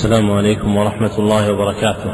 السلام عليكم ورحمة الله وبركاته.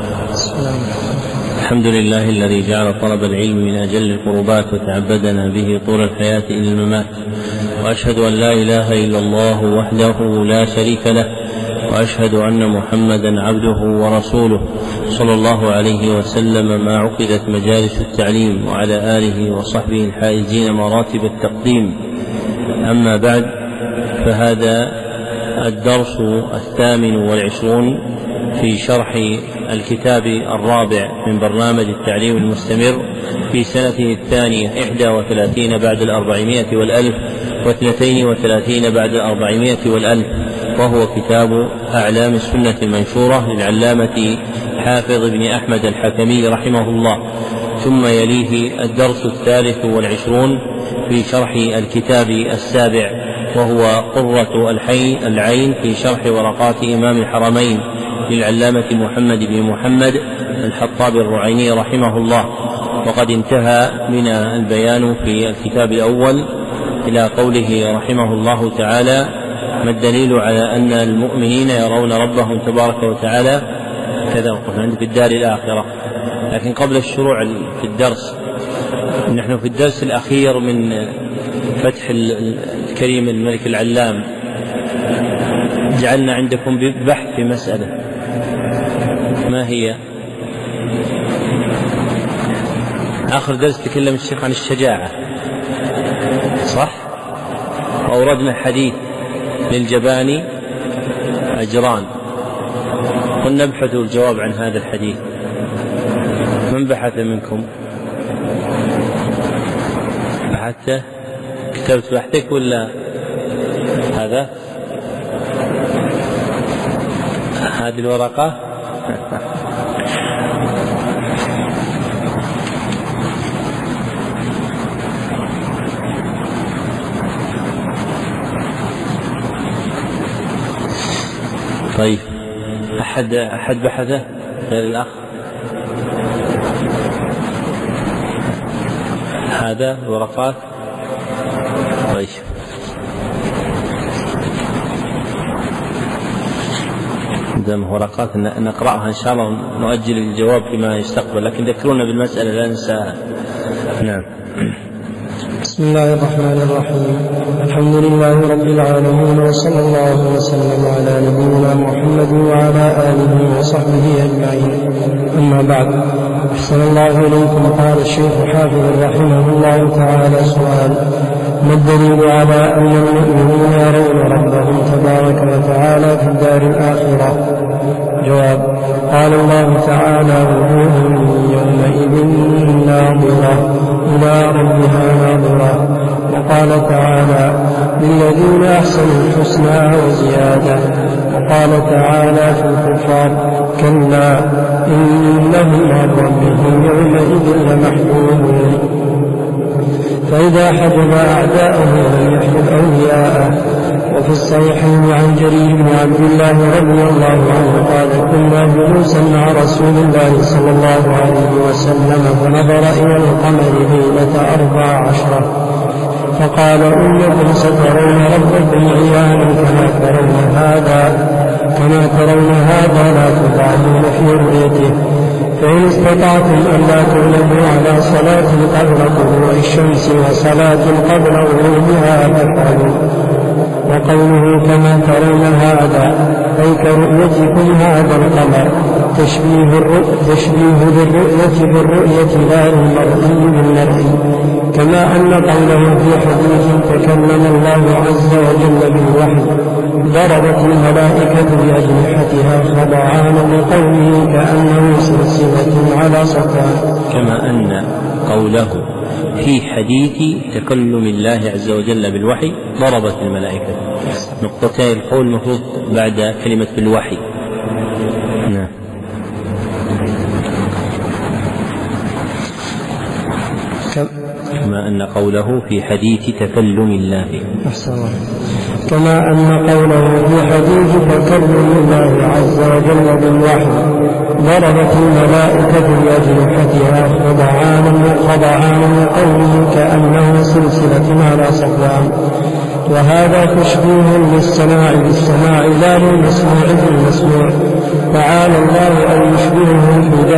الحمد لله الذي جعل طلب العلم من أجل القربات وتعبدنا به طول الحياة إلى الممات، وأشهد أن لا إله إلا الله وحده لا شريك له، وأشهد أن محمدا عبده ورسوله صلى الله عليه وسلم ما عقدت مجالس التعليم، وعلى آله وصحبه الحائزين مراتب التقديم. أما بعد، فهذا الدرس 28 في شرح الكتاب الرابع من برنامج التعليم المستمر في سنته الثانية 31 بعد 400 والألف و32 بعد 400 والألف، وهو كتاب أعلام السنة المنشورة للعلامة حافظ بن أحمد الحكمي رحمه الله. ثم يليه الدرس 23 في شرح الكتاب السابع، وهو قرة العين في شرح ورقات إمام الحرمين للعلامة محمد بن محمد الحطاب الرعيني رحمه الله. وقد انتهى من البيان في الكتاب الأول إلى قوله رحمه الله تعالى: ما الدليل على أن المؤمنين يرون ربهم تبارك وتعالى كذا وقفنا في الدار الآخرة. لكن قبل الشروع في الدرس، نحن في الدرس الأخير من فتح الكريم الملك العلام جعلنا عندكم بحث في مسألة، ما هي؟ آخر درس تكلم الشيخ عن الشجاعة، صح؟ وأوردنا حديث للجبان أجران، قلنا ابحثوا الجواب عن هذا الحديث. من بحث منكم؟ بحثته؟ كتبت بحثك ولا هذا؟ هذه الورقة؟ طيب، أحد بحثه غير الأخ؟ هذا الورقات؟ طيب، دام ورقات نقرأها إن شاء الله، نؤجل الجواب فيما يستقبل، لكن ذكرونا بالمسألة لا ننساها. نعم. بسم الله الرحمن الرحيم. الحمد لله رب العالمين، وصلى الله وسلم على نبينا محمد وعلى آله وصحبه أجمعين. أما بعد، أحسن الله إليكم. قال الشيخ حافظ رحمه الله تعالى: سؤال: ما الدليل على أن المؤمنين يرون ربهم تبارك وتعالى في الدار الآخرة؟ جواب: قال الله تعالى: وجوه يومئذ ناظرة إلى ربها ناظرة. وقال تعالى: للذين أحسنوا الحسنى وزيادة. وقال تعالى في الكفار: كلا إنهم عن ربهم يومئذ لمحجوبون. فإذا حجب أعداءه لم يحجب أولياءه. وفي الصحيحين عن جرير بن عبد الله رضي الله عنه قال: كنا جلوسا مع رسول الله صلى الله عليه وسلم فنظر إلى القمر ليلة 14، فقال: إنكم سترون ربكم عيانا كما ترون هذا لا تضامون في رؤيته، فإن استطعتم أن لا تغلبوا على صلاة قبل طلوع الشمس وصلاة قبل غروبها فافعلوا. وقوله كما ترون هذا أي كرؤيتكم هذا القمر، تشبيه للرؤية بالرؤية لا للمرئي بالمرئي. كما أن قوله في حديث تكلم الله عز وجل بالوحي ضربت الملائكة بأجنحتها خضعانا لقوله كأنه سلسلة على صفوان. كما أن قوله في حديث تكلم الله عز وجل بالوحي ضربت الملائكة، نقطتين القول المفروض بعد كلمة بالوحي. نعم. كما أن قوله في حديث تكلم الله. كما أن قوله في حديث تكلم الله عز وجل بالوحي ضربت الملائكة بأجنحتها خضعانا لقوله كأنه سلسلة على صفوان. وهذا تشبيه للسماع بالسماع لا للمسموع بالمسموع. تعالى الله أن يشبهه في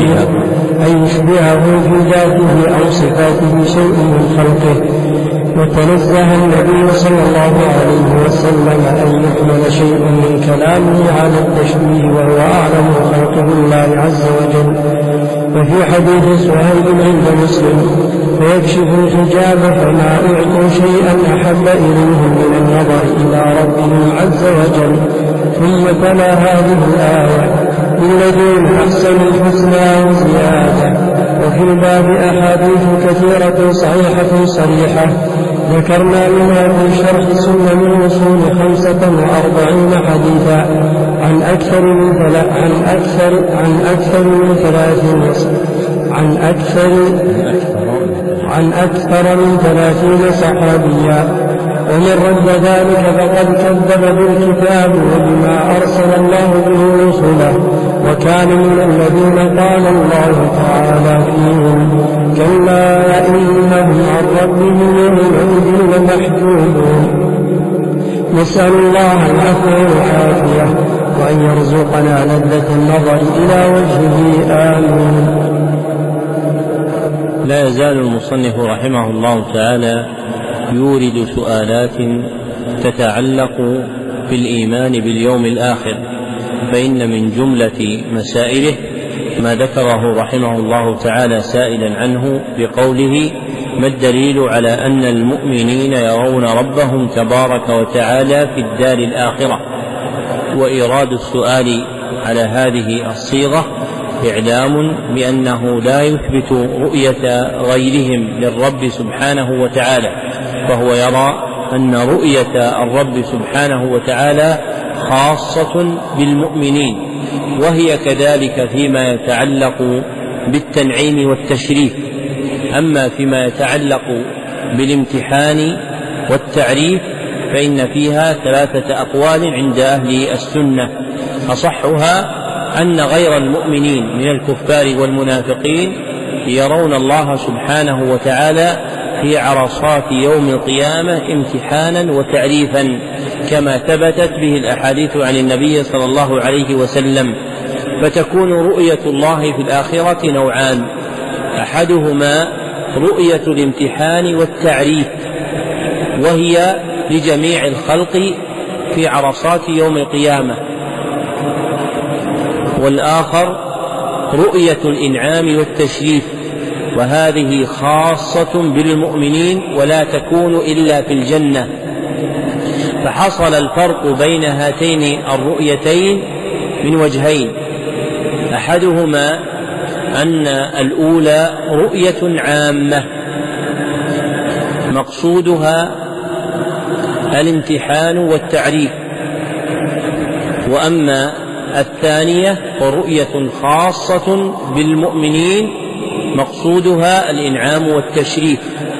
ذاته أو صفاته شيء من خلقه. وتنزه النبي صلى الله عليه وسلم أن يحمل شيء من كلامه على التشبيه، وهو أعلم خلقه الله عز وجل. وفي حديث سهيل عند مسلم: فيكشف الحجاب فما أعطوا شيئا أحب إليهم من النظر إلى ربهم عز وجل. ثم تلا هذه الآية: للذين أحسنوا الحسنى وزيادة. وفي الباب أحاديث كثيرة صحيحة صريحة، ذكرنا منها في شرح سنن الوصول 45 حديثا عن أكثر من 30 صحابيا. ومن رد ذلك فقد كذب بالكتاب وبما أرسل الله به رسله، وكان من الذين قال الله تعالى فيهم: كلا إنهم عن ربهم يومئذ لمحجوبون. نسأل الله العفو والعافية، وأن يرزقنا لذة النظر إلى وجهه. آمين. لا يزال المصنف رحمه الله تعالى يورد سؤالات تتعلق بالإيمان باليوم الآخر، فإن من جملة مسائله ما ذكره رحمه الله تعالى سائلا عنه بقوله: ما الدليل على أن المؤمنين يرون ربهم تبارك وتعالى في الدار الآخرة؟ وإيراد السؤال على هذه الصيغة إعلام بأنه لا يثبت رؤية غيرهم للرب سبحانه وتعالى، فهو يرى أن رؤية الرب سبحانه وتعالى خاصة بالمؤمنين، وهي كذلك فيما يتعلق بالتنعيم والتشريف. أما فيما يتعلق بالامتحان والتعريف فإن فيها 3 أقوال عند أهل السنة، أصحها أن غير المؤمنين من الكفار والمنافقين يرون الله سبحانه وتعالى في عرصات يوم القيامة امتحانا وتعريفا، كما ثبتت به الأحاديث عن النبي صلى الله عليه وسلم. فتكون رؤية الله في الآخرة نوعان: أحدهما رؤية الامتحان والتعريف، وهي لجميع الخلق في عرصات يوم القيامة، والآخر رؤية الإنعام والتشريف، وهذه خاصة بالمؤمنين ولا تكون إلا في الجنة. فحصل الفرق بين هاتين الرؤيتين من وجهين: أحدهما أن الأولى رؤية عامة مقصودها الامتحان والتعريف، وأما الثانية ورؤية خاصة بالمؤمنين مقصودها الإنعام والتشريف.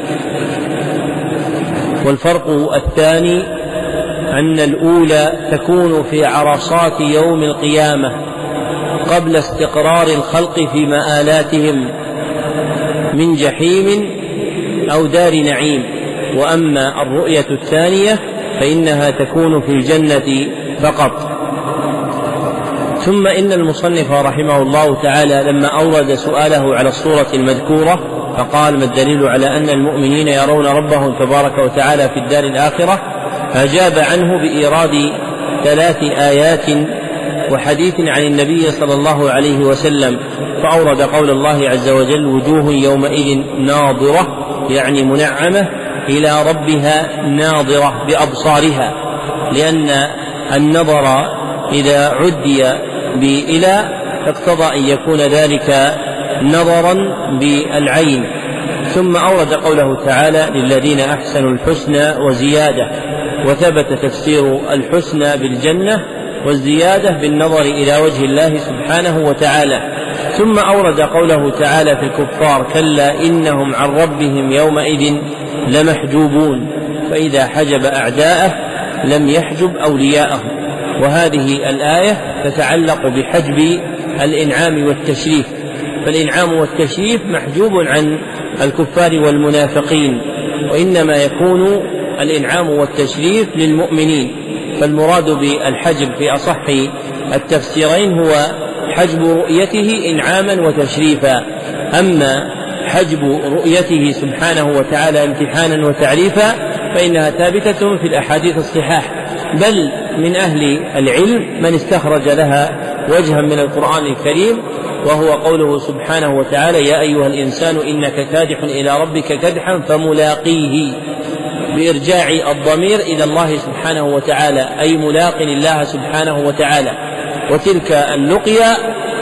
والفرق الثاني أن الأولى تكون في عرصات يوم القيامة قبل استقرار الخلق في مآلاتهم من جحيم أو دار نعيم، وأما الرؤية الثانية فإنها تكون في الجنة فقط. ثم إن المصنف رحمه الله تعالى لما أورد سؤاله على الصورة المذكورة فقال: ما الدليل على أن المؤمنين يرون ربهم تبارك وتعالى في الدار الآخرة؟ فأجاب عنه بإيراد 3 آيات وحديث عن النبي صلى الله عليه وسلم، فأورد قول الله عز وجل: وجوه يومئذ ناظرة، يعني منعمة إلى ربها ناظرة بأبصارها، لأن النظر إذا عدي بإلى اقتضى أن يكون ذلك نظرا بالعين. ثم أورد قوله تعالى: للذين أحسنوا الحسنى وزيادة، وثبت تفسير الحسنى بالجنة والزيادة بالنظر إلى وجه الله سبحانه وتعالى. ثم أورد قوله تعالى في الكفار: كلا إنهم عن ربهم يومئذ لمحجوبون، فإذا حجب أعداءه لم يحجب أولياءه. وهذه الآية تتعلق بحجب الإنعام والتشريف، فالإنعام والتشريف محجوب عن الكفار والمنافقين، وإنما يكون الإنعام والتشريف للمؤمنين. فالمراد بالحجب في أصح التفسيرين هو حجب رؤيته إنعاما وتشريفا. أما حجب رؤيته سبحانه وتعالى امتحانا وتعريفا فإنها ثابتة في الأحاديث الصحاح، بل من أهل العلم من استخرج لها وجها من القرآن الكريم، وهو قوله سبحانه وتعالى: يا أيها الإنسان إنك كادح إلى ربك كدحا فملاقيه، بإرجاع الضمير إلى الله سبحانه وتعالى، أي ملاق الله سبحانه وتعالى. وتلك اللقيا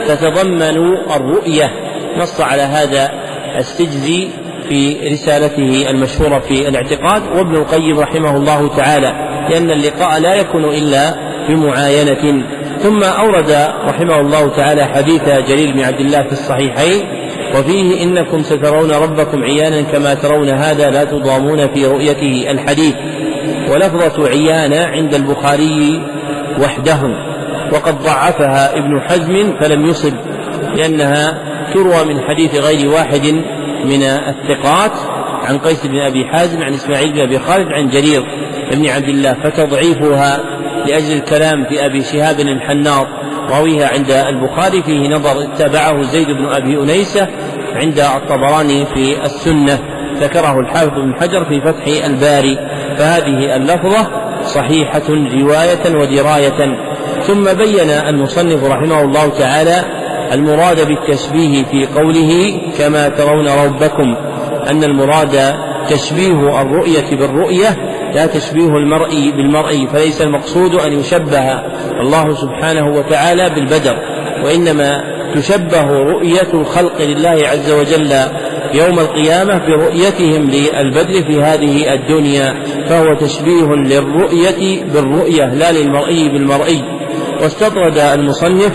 تتضمن الرؤية، نص على هذا السجزي في رسالته المشهورة في الاعتقاد، وابن القيم رحمه الله تعالى، لأن اللقاء لا يكون إلا بمعاينة. ثم أورد رحمه الله تعالى حديث جرير بن عبد الله في الصحيحين، وفيه: إنكم سترون ربكم عيانا كما ترون هذا لا تضامون في رؤيته، الحديث. ولفظة عيانا عند البخاري وحده، وقد ضعفها ابن حزم فلم يصب، لأنها تروى من حديث غير واحد من الثقات عن قيس بن أبي حازم عن إسماعيل بن أبي خالد عن جرير بن عبد الله، فتضعيفها لأجل الكلام في أبي شهاب الحناط راويها عند البخاري فيه نظر، اتبعه زيد بن أبي أنيسة عند الطبراني في السنة، ذكره الحافظ بن حجر في فتح الباري. فهذه اللفظة صحيحة رواية ودراية. ثم بين المصنف رحمه الله تعالى المراد بالتشبيه في قوله كما ترون ربكم، أن المراد تشبيه الرؤية بالرؤية لا تشبيه المرء بالمرء، فليس المقصود أن يشبه الله سبحانه وتعالى بالبدر، وإنما تشبه رؤية الخلق لله عز وجل يوم القيامة برؤيتهم للبدر في هذه الدنيا، فهو تشبيه للرؤية بالرؤية لا للمرئي بالمرئي. واستطرد المصنف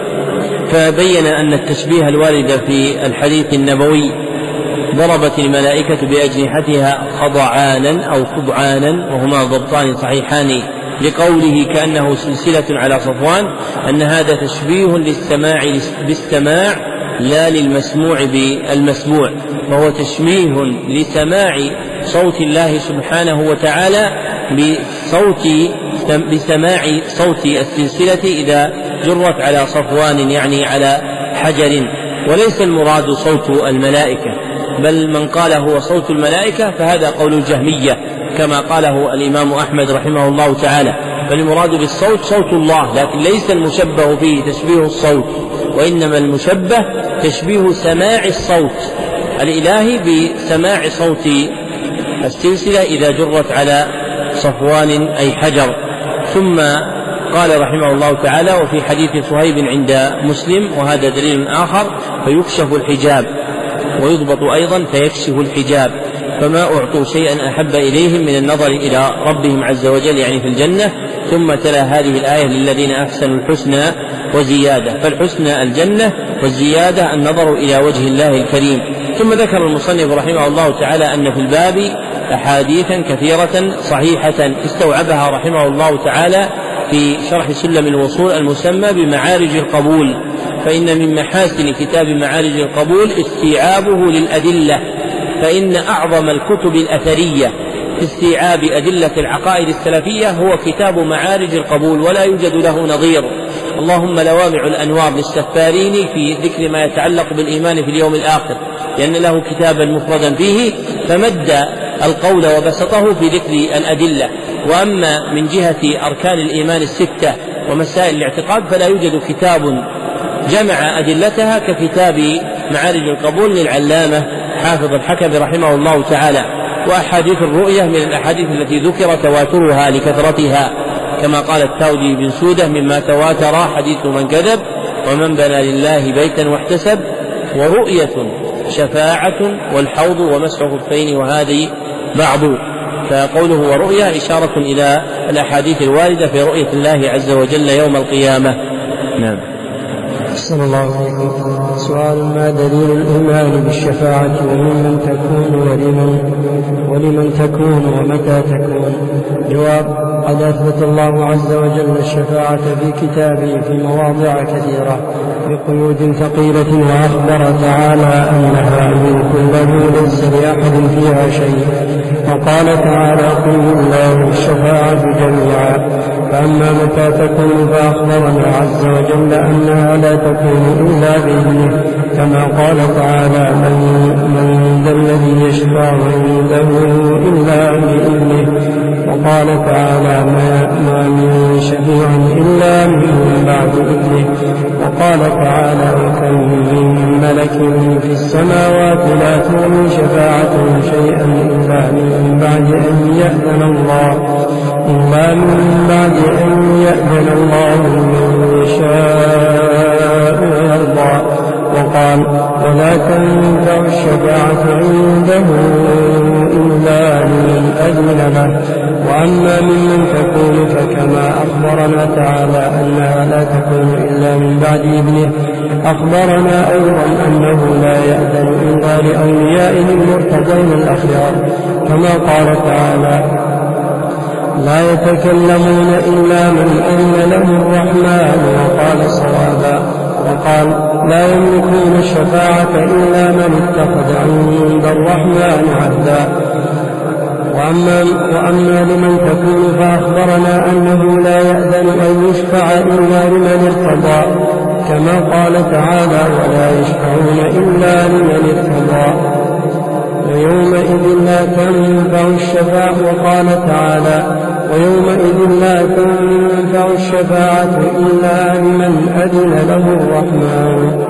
فبين أن التشبيه الوارد في الحديث النبوي ضربت الملائكة بأجنحتها خضعانا أو خضعانا، وهما ضبطان صحيحان، لقوله كأنه سلسلة على صفوان، أن هذا تشبيه للسماع بالسماع لا للمسموع بالمسموع، فهو تشبيه لسماع صوت الله سبحانه وتعالى بسماع صوت السلسلة إذا جرت على صفوان، يعني على حجر، وليس المراد صوت الملائكة، بل من قال هو صوت الملائكة فهذا قول الجهمية كما قاله الإمام أحمد رحمه الله تعالى. فالمراد بالصوت صوت الله، لكن ليس المشبه فيه تشبيه الصوت، وإنما المشبه تشبيه سماع الصوت الإلهي بسماع صوت السلسلة إذا جرت على صفوان أي حجر. ثم قال رحمه الله تعالى: وفي حديث صهيب عند مسلم، وهذا دليل آخر، فيكشف الحجاب، ويضبط أيضا فيكشف الحجاب، فما أعطوا شيئا أحب إليهم من النظر إلى ربهم عز وجل يعني في الجنة. ثم تلا هذه الآية: للذين أحسنوا الحسنى وزيادة، فالحسنى الجنة والزيادة النظر إلى وجه الله الكريم. ثم ذكر المصنف رحمه الله تعالى أن في الباب أحاديثا كثيرة صحيحة استوعبها رحمه الله تعالى في شرح سلم الوصول المسمى بمعارج القبول، فإن من محاسن كتاب معارج القبول استيعابه للأدلة، فإن أعظم الكتب الأثرية في استيعاب أدلة العقائد السلفية هو كتاب معارج القبول، ولا يوجد له نظير. اللهم لوامع الأنوار للسفارين في ذكر ما يتعلق بالإيمان في اليوم الآخر، لأن له كتابا مفردا فيه فمد القول وبسطه في ذكر الأدلة. وأما من جهة أركان الإيمان الستة ومسائل الاعتقاد فلا يوجد كتاب جمع أدلتها ككتاب معارج القبول للعلامة حافظ الحكم رحمه الله تعالى. وأحاديث الرؤية من الأحاديث التي ذكر تواترها لكثرتها، كما قال التاوجي بن سودة: مما تواتر حديث من كذب ومن بنى لله بيتا واحتسب، ورؤية شفاعة والحوض ومسح خفين وهذه بعض. فقوله ورؤية إشارة إلى الأحاديث الواردة في رؤية الله عز وجل يوم القيامة. نعم. صلى الله عليه وسلم. سؤال: ما دليل الإيمان بالشفاعة ومن تكون ولمن تكون ومتى تكون؟ جواب: قد أثبت الله عز وجل الشفاعة في كتابه في مواضع كثيرة بقيود ثقيلة، وأخبر تعالى أنها ملك له ليس لأحد فيها شيء، وقال تعالى قل لله الشفاعة جميعا. فأما متى تكون فأخبرنا عز وجل أنها لا تكون إلا بإذنه، كما قال تعالى من ذا الذي يشفع عنده إلا بإذنه. وقال تعالى ما من شفيع إلا من بعد إذنه. وقال تعالى وكم من ملك في السماوات لا تغني شفاعتهم شيئا إلا من بعد أن يأذن الله لمن يشاء ويرضى. وقال ولا تنفع الشفاعة عنده إلا لمن أذن له. وأما ممن تكون فكما أخبرنا تعالى أنها لا تكون إلا من بعد إذنه، أخبرنا أيضا أنه لا يأذن إلا لأوليائه المرتضين الأخيار، كما قال تعالى لا يتكلمون إلا من أذن له الرحمن وقال صوابا. وقال لا يملكون الشفاعة إلا من اتخذ عند الرحمن عهدا. وأما لمن تكون فأخبرنا أنه لا يأذن أن يشفع إلا لمن ارتضى، كما قال تعالى ولا يشفعون إلا لمن ارتضى ويومئذ لا تنفع الشفاعة. وقال تعالى ويومئذ لا تنفع الشفاعة إلا لمن أذن له الرحمن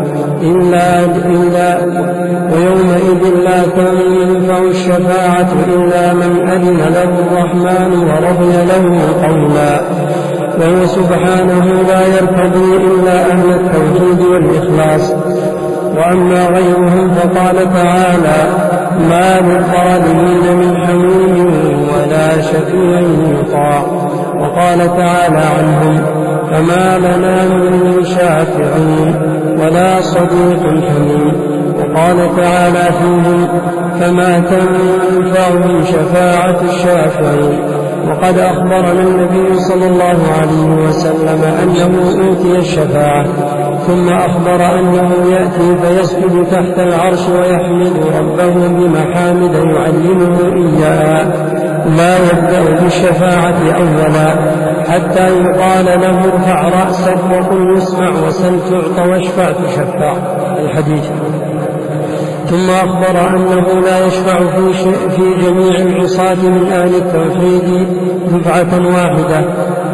ويومئذ لا تنفع الشفاعة إلا من أذن له الرحمن ورضي له قولا. وهو سبحانه لا يرتضي إلا أهل التوحيد والإخلاص. وأما غيرهم فقال تعالى ما للظالمين من حميم ولا شفيع يطاع. وقال تعالى عنهم فما لنا من شافعين ولا صديق حميم. وقال تعالى فيهم فما تنفعهم شفاعة الشافعين. وقد أخبرنا النبي صلى الله عليه وسلم أنه أوتي الشفاعة، ثم أخبر أنه يأتي فيسجد تحت العرش ويحمد ربه بمحامد يعلمه إياها، لا يبدأ بالشفاعة أولا حتى يقال له ارفع رأسك وقل يسمع وسل تعطى واشفع تشفع الحديث. ثم أخبر أنه لا يشفع في جميع العصاة من أهل التوحيد دفعة واحدة،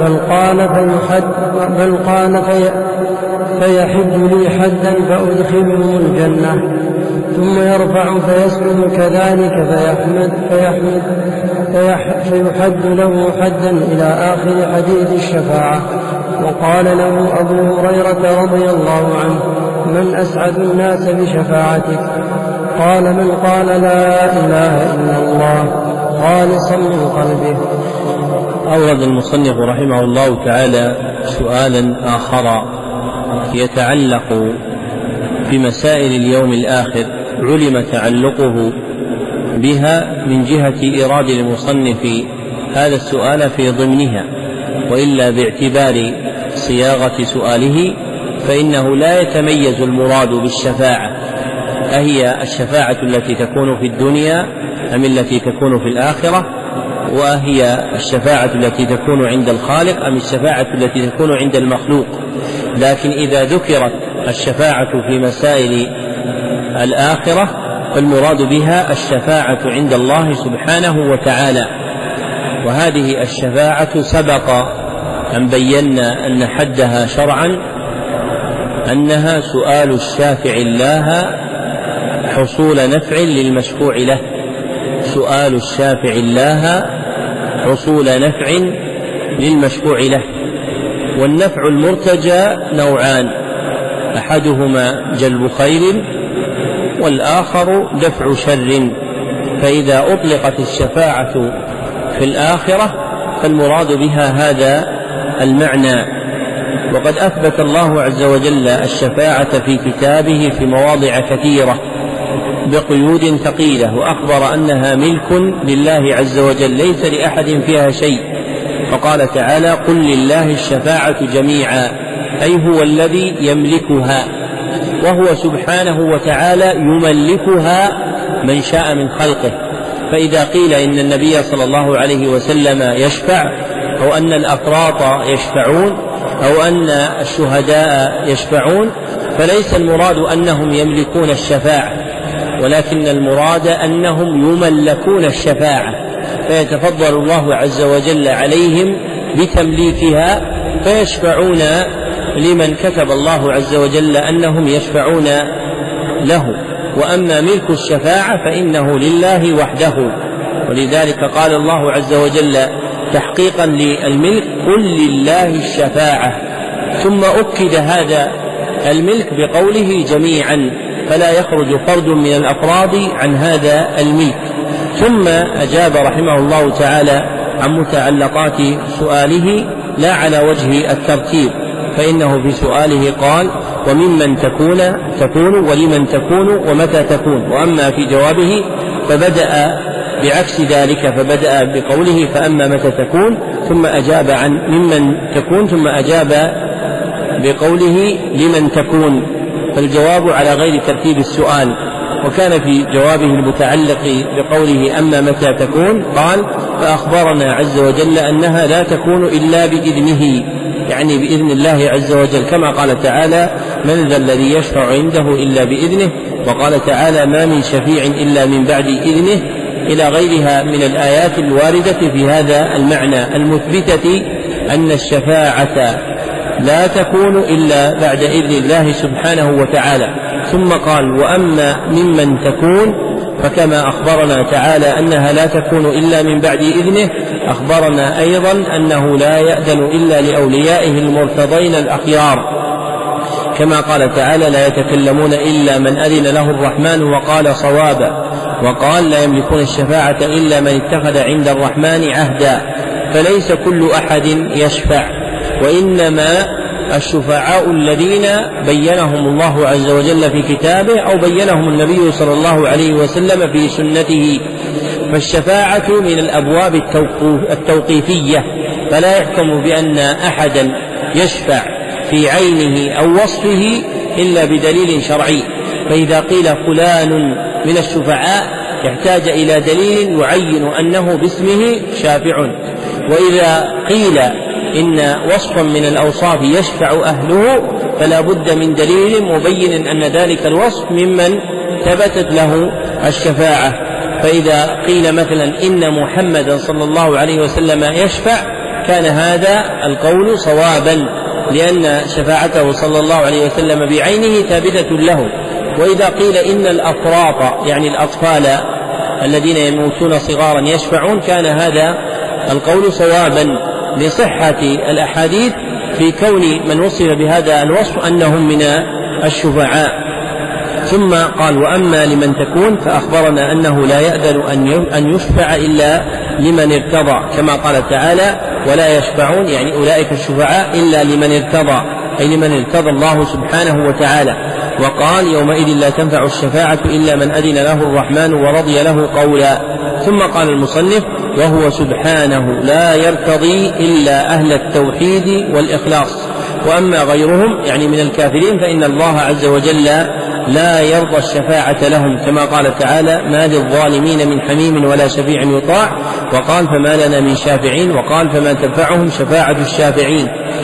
بل قال فيحد لي حدا فأدخلهم الجنة، ثم يرفع فيسجد كذلك فيحد له حدا إلى آخر حديث الشفاعة. وقال له أبو هريرة رضي الله عنه من أسعد الناس بشفاعتك؟ قال من قال لا إله إلا الله خالصا من قلبه. أورد المصنف رحمه الله تعالى سؤالا آخر يتعلق بمسائل اليوم الآخر، علم تعلقه بها من جهة إيراد المصنف هذا السؤال في ضمنها، وإلا باعتبار صياغة سؤاله فإنه لا يتميز المراد بالشفاعة أهي الشفاعة التي تكون في الدنيا أم التي تكون في الآخرة، وهي الشفاعة التي تكون عند الخالق أم الشفاعة التي تكون عند المخلوق. لكن إذا ذكرت الشفاعة في مسائل الآخرة فالمراد بها الشفاعة عند الله سبحانه وتعالى. وهذه الشفاعة سبق أن بينا أن حدها شرعا أنها سؤال الشافع الله حصول نفع للمشفوع له، سؤال الشافع الله حصول نفع للمشفوع له. والنفع المرتجى نوعان، أحدهما جلب خير والآخر دفع شر. فإذا أطلقت الشفاعة في الآخرة فالمراد بها هذا المعنى. وقد أثبت الله عز وجل الشفاعة في كتابه في مواضع كثيرة بقيود ثقيلة، وأخبر أنها ملك لله عز وجل ليس لأحد فيها شيء، فقال تعالى قل لله الشفاعة جميعا، أي هو الذي يملكها، وهو سبحانه وتعالى يملكها من شاء من خلقه، فإذا قيل إن النبي صلى الله عليه وسلم يشفع أو أن الأفراط يشفعون أو أن الشهداء يشفعون فليس المراد أنهم يملكون الشفاعة، ولكن المراد أنهم يملكون الشفاعة، فيتفضل الله عز وجل عليهم بتمليكها فيشفعون لمن كتب الله عز وجل أنهم يشفعون له. وأما ملك الشفاعة فإنه لله وحده، ولذلك قال الله عز وجل تحقيقا للملك قل لله الشفاعة، ثم أكد هذا الملك بقوله جميعا، فلا يخرج فرد من الأفراد عن هذا الملك. ثم أجاب رحمه الله تعالى عن متعلقات سؤاله لا على وجه الترتيب، فإنه في سؤاله قال وممن تكون ولمن تكون ومتى تكون، وأما في جوابه فبدأ بعكس ذلك، فبدأ بقوله فأما متى تكون، ثم أجاب عن ممن تكون، ثم أجاب بقوله لمن تكون، فالجواب على غير ترتيب السؤال. وكان في جوابه المتعلق بقوله أما متى تكون قال فأخبرنا عز وجل أنها لا تكون إلا بإذنه، يعني بإذن الله عز وجل، كما قال تعالى من ذا الذي يشفع عنده إلا بإذنه، وقال تعالى ما من شفيع إلا من بعد إذنه، إلى غيرها من الآيات الواردة في هذا المعنى المثبتة أن الشفاعة لا تكون إلا بعد إذن الله سبحانه وتعالى. ثم قال وأما ممن تكون فكما أخبرنا تعالى أنها لا تكون إلا من بعد إذنه، أخبرنا أيضا أنه لا يأذن إلا لأوليائه المرتضين الأخيار، كما قال تعالى لا يتكلمون إلا من أذن له الرحمن وقال صوابا، وقال لا يملكون الشفاعة إلا من اتخذ عند الرحمن عهدا. فليس كل أحد يشفع، وإنما الشفعاء الذين بينهم الله عز وجل في كتابه أو بينهم النبي صلى الله عليه وسلم في سنته. فالشفاعة من الأبواب التوقيفية، فلا يحكم بأن أحدا يشفع في عينه أو وصفه إلا بدليل شرعي. فإذا قيل فلان من الشفعاء يحتاج إلى دليل يعين أنه باسمه شافع، وإذا قيل إن وصفا من الأوصاف يشفع أهله فلا بد من دليل مبين أن ذلك الوصف ممن ثبتت له الشفاعة. فإذا قيل مثلا إن محمدا صلى الله عليه وسلم يشفع كان هذا القول صوابا، لأن شفاعته صلى الله عليه وسلم بعينه ثابتة له. وإذا قيل إن الأفراط يعني الأطفال الذين يموتون صغارا يشفعون كان هذا القول صوابا لصحة الأحاديث في كون من وصف بهذا الوصف أنهم من الشفعاء. ثم قال وأما لمن تكون فأخبرنا أنه لا يأذن أن يشفع إلا لمن ارتضى، كما قال تعالى ولا يشفعون يعني أولئك الشفعاء إلا لمن ارتضى، أي لمن ارتضى الله سبحانه وتعالى. وقال يومئذ لا تنفع الشفاعة إلا من أذن له الرحمن ورضي له قولا. ثم قال المصنف وهو سبحانه لا يرتضي إلا أهل التوحيد والإخلاص، وأما غيرهم يعني من الكافرين فإن الله عز وجل لا يرضى الشفاعة لهم، كما قال تعالى ما للظالمين من حميم ولا شفيع يطاع، وقال فما لنا من شافعين، وقال فما تنفعهم شفاعة الشافعين،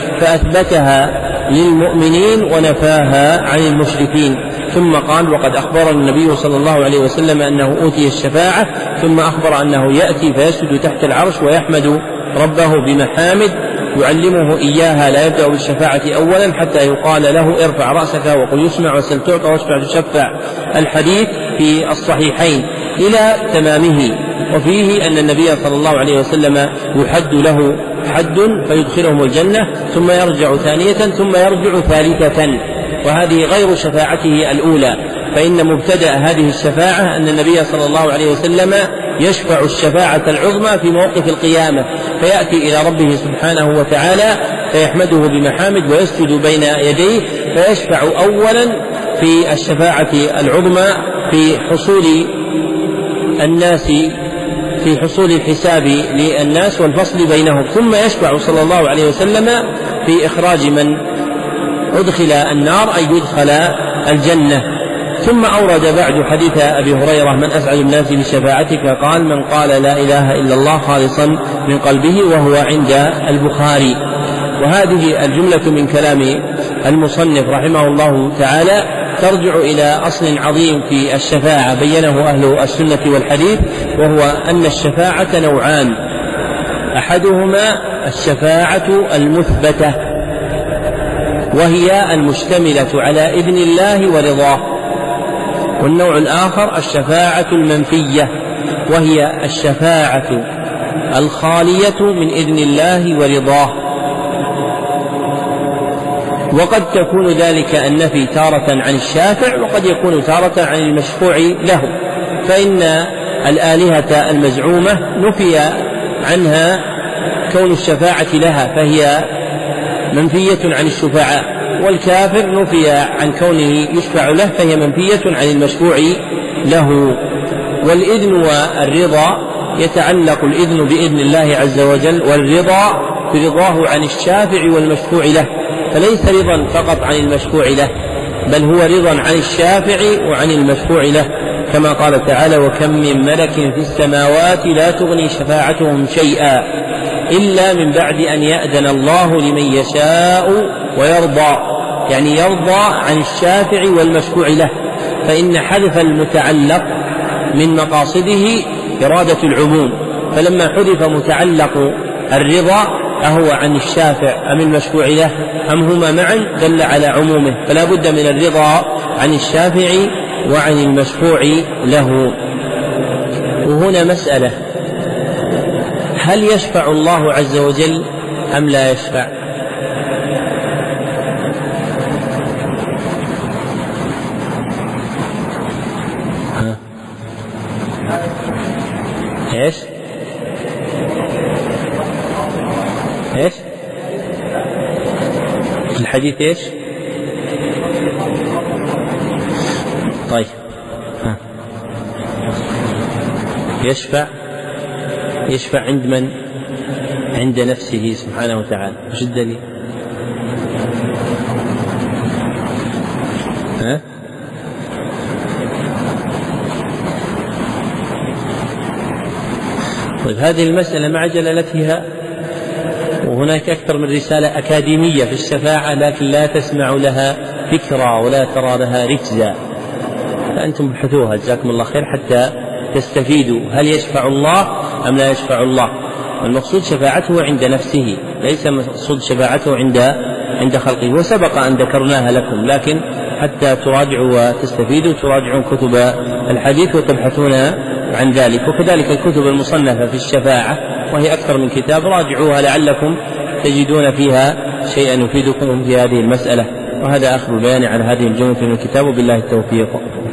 فأثبتها للمؤمنين ونفاها عن المشركين. ثم قال وقد أخبر النبي صلى الله عليه وسلم أنه أوتي الشفاعة، ثم أخبر أنه يأتي فيسجد تحت العرش ويحمد ربه بمحامد يعلمه إياها، لا يبدأ بالشفاعة أولا حتى يقال له ارفع رأسك وقل يسمع وسل تعطى واشفع تشفع، الحديث في الصحيحين إلى تمامه. وفيه أن النبي صلى الله عليه وسلم يحد له حد فيدخلهم الجنة ثم يرجع ثانية ثم يرجع ثالثة، وهذه غير شفاعته الأولى. فإن مبتدأ هذه الشفاعة أن النبي صلى الله عليه وسلم يشفع الشفاعة العظمى في موقف القيامة، فيأتي إلى ربه سبحانه وتعالى فيحمده بمحامد ويسجد بين يديه، فيشفع أولا في الشفاعة العظمى في حصول الناس في حصول الحساب للناس والفصل بينهم، ثم يشفع صلى الله عليه وسلم في إخراج من أدخل النار أي يدخل الجنة. ثم أورد بعد حديث أبي هريرة: من أسعد الناس بشفاعتك؟ قال: من قال لا إله إلا الله خالصا من قلبه، وهو عند البخاري. وهذه الجملة من كلام المصنف رحمه الله تعالى ترجع إلى أصل عظيم في الشفاعة بينه أهل السنة والحديث، وهو أن الشفاعة نوعان: أحدهما الشفاعة المثبتة وهي المشتملة على إذن الله ورضاه، والنوع الآخر الشفاعة المنفية وهي الشفاعة الخالية من إذن الله ورضاه. وقد تكون ذلك النفي تارة عن الشافع، وقد يكون تارة عن المشفوع له، فإن الآلهة المزعومة نفي عنها كون الشفاعة لها فهي منفية عن الشفعاء، والكافر نفي عن كونه يشفع له فهي منفية عن المشفوع له. والإذن والرضا يتعلق الإذن بإذن الله عز وجل، والرضا برضاه عن الشافع والمشفوع له، فليس رضا فقط عن المشفوع له، بل هو رضا عن الشافع وعن المشفوع له، كما قال تعالى: وكم من ملك في السماوات لا تغني شفاعتهم شيئا إلا من بعد أن يأذن الله لمن يشاء ويرضى، يعني يرضى عن الشافع والمشفوع له، فإن حذف المتعلق من مقاصده إرادة العموم، فلما حذف متعلق الرضا أهو عن الشافع أم المشفوع له أم هما معا دل على عمومه، فلا بد من الرضا عن الشافع وعن المشفوع له. وهنا مسألة: هل يشفع الله عز وجل أم لا يشفع؟ ايش؟ ايش؟ الحديث ايش؟ طيب يشفع عند من؟ عند نفسه سبحانه وتعالى. وش الدليل؟ طيب هذه المسألة مع جلالتها، وهناك أكثر من رسالة أكاديمية في الشفاعة لكن لا تسمع لها فكرة ولا ترى لها ركزا، فأنتم ابحثوها جزاكم الله خير حتى تستفيدوا. هل يشفع الله أم لا يشفع الله؟ المقصود شفاعته عند نفسه، ليس مقصود شفاعته عند خلقه، وسبق أن ذكرناها لكم، لكن حتى تراجعوا وتستفيدوا تراجعون كتب الحديث وتبحثون عن ذلك. وكذلك الكتب المصنفة في الشفاعة وهي أكثر من كتاب، راجعوها لعلكم تجدون فيها شيئا يفيدكم في هذه المسألة. وهذا آخر البيان عن هذه الجملة من الكتاب، وبالله التوفيق.